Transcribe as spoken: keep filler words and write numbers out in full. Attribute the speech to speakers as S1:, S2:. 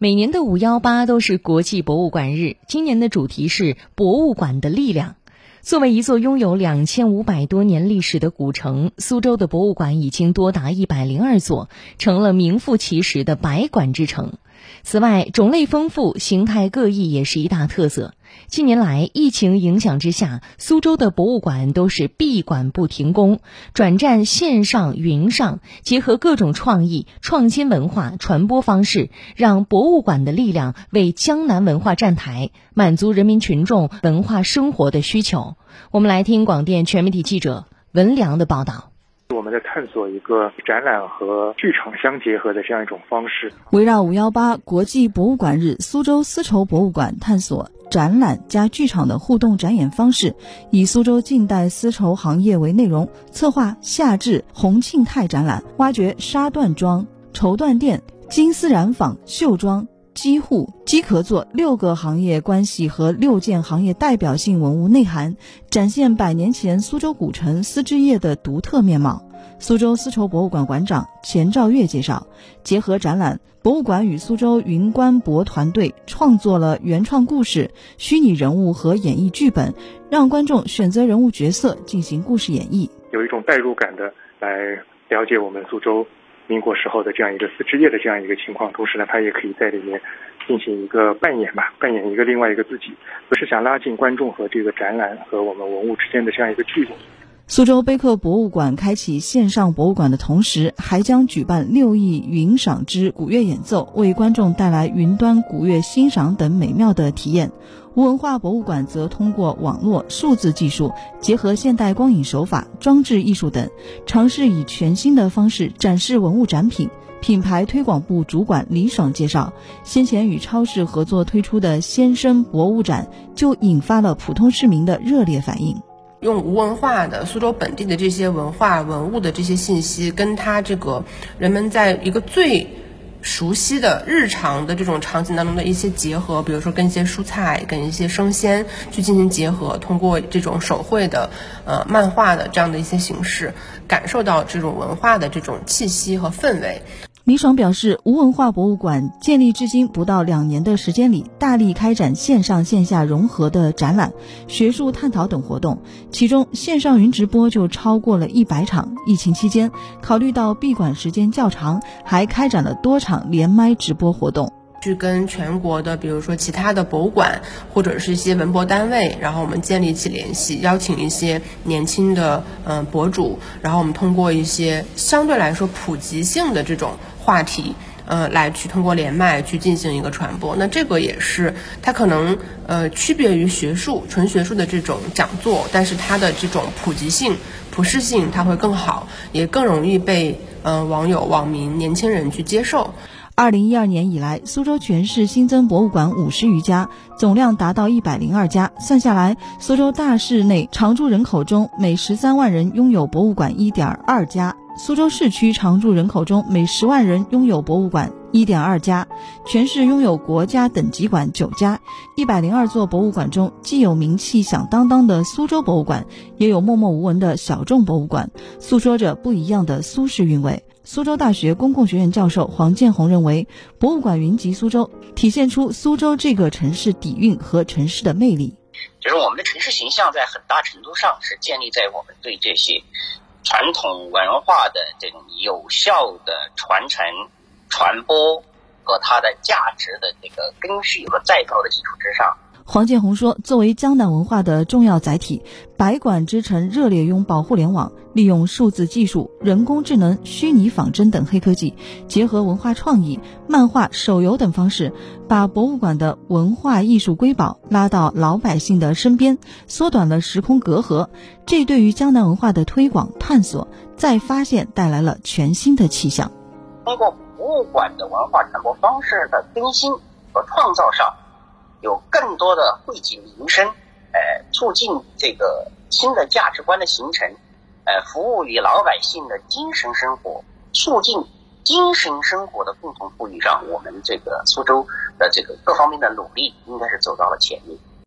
S1: 每年的五一八都是国际博物馆日，今年的主题是博物馆的力量。作为一座拥有两千五百多年历史的古城，苏州的博物馆已经多达一百零二座，成了名副其实的百馆之城。此外，种类丰富、形态各异也是一大特色。近年来，疫情影响之下，苏州的博物馆都是闭馆不停工，转战线上、云上，结合各种创意、创新文化传播方式，让博物馆的力量为江南文化站台，满足人民群众文化生活的需求。我们来听广电全媒体记者文良的报道。
S2: 我们在探索一个展览和剧场相结合的这样一种方式。
S3: 围绕五一八国际博物馆日，苏州丝绸博物馆探索展览加剧场的互动展演方式，以苏州近代丝绸行业为内容，策划夏至洪庆泰展览，挖掘纱缎庄、绸缎店、金丝染坊、绣庄、机户、机壳座六个行业关系和六件行业代表性文物内涵，展现百年前苏州古城丝织业的独特面貌。苏州丝绸博物馆馆长钱兆月介绍，结合展览，博物馆与苏州云观博团队创作了原创故事、虚拟人物和演绎剧本，让观众选择人物角色进行故事演绎，
S2: 有一种代入感的来了解我们苏州民国时候的这样一个丝织业的这样一个情况，同时呢，他也可以在里面进行一个扮演吧，扮演一个另外一个自己，不是想拉近观众和这个展览和我们文物之间的这样一个距离。
S3: 苏州碑刻博物馆开启线上博物馆的同时，还将举办六艺云赏之古乐演奏，为观众带来云端古乐欣赏等美妙的体验。吴文化博物馆则通过网络、数字技术，结合现代光影手法、装置艺术等，尝试以全新的方式展示文物展品。品牌推广部主管李爽介绍，先前与超市合作推出的先生博物展就引发了普通市民的热烈反应。
S4: 用吴文化的苏州本地的这些文化文物的这些信息，跟它这个人们在一个最熟悉的日常的这种场景当中的一些结合，比如说跟一些蔬菜跟一些生鲜去进行结合，通过这种手绘的呃漫画的这样的一些形式，感受到这种文化的这种气息和氛围。
S3: 李爽表示，吴文化博物馆建立至今不到两年的时间里，大力开展线上线下融合的展览、学术探讨等活动，其中线上云直播就超过了一百场。疫情期间，考虑到闭馆时间较长，还开展了多场连麦直播活动。
S4: 去跟全国的比如说其他的博物馆或者是一些文博单位，然后我们建立起联系，邀请一些年轻的嗯、呃、博主，然后我们通过一些相对来说普及性的这种话题呃，来去通过连麦去进行一个传播。那这个也是它可能呃区别于学术纯学术的这种讲座，但是它的这种普及性普适性它会更好，也更容易被呃网友网民年轻人去接受。
S3: 二零一二年以来，苏州全市新增博物馆五十余家，总量达到一百零二家。算下来，苏州大市内常住人口中每十三万人拥有博物馆一点二家，苏州市区常住人口中每十万人拥有博物馆一点二家，全市拥有国家等级馆九家。一百零二座博物馆中，既有名气响当当的苏州博物馆，也有默默无闻的小众博物馆，诉说着不一样的苏式韵味。苏州大学公共学院教授黄建红认为，博物馆云集苏州，体现出苏州这个城市底蕴和城市的魅力。
S5: 就是我们的城市形象在很大程度上是建立在我们对这些传统文化的这种有效的传承、传播和它的价值的这个根续和再造的基础之上。
S3: 黄建红说，作为江南文化的重要载体，百馆之城热烈拥抱互联网，利用数字技术、人工智能、虚拟仿真等黑科技，结合文化创意、漫画、手游等方式，把博物馆的文化艺术瑰宝拉到老百姓的身边，缩短了时空隔阂。这对于江南文化的推广、探索、再发现带来了全新的气象。
S5: 通过博物馆的文化传播方式的更新和创造上，有更多的惠及民生，呃，促进这个新的价值观的形成，呃，服务于老百姓的精神生活，促进精神生活的共同富裕上，我们这个苏州的这个各方面的努力应该是走到了前面。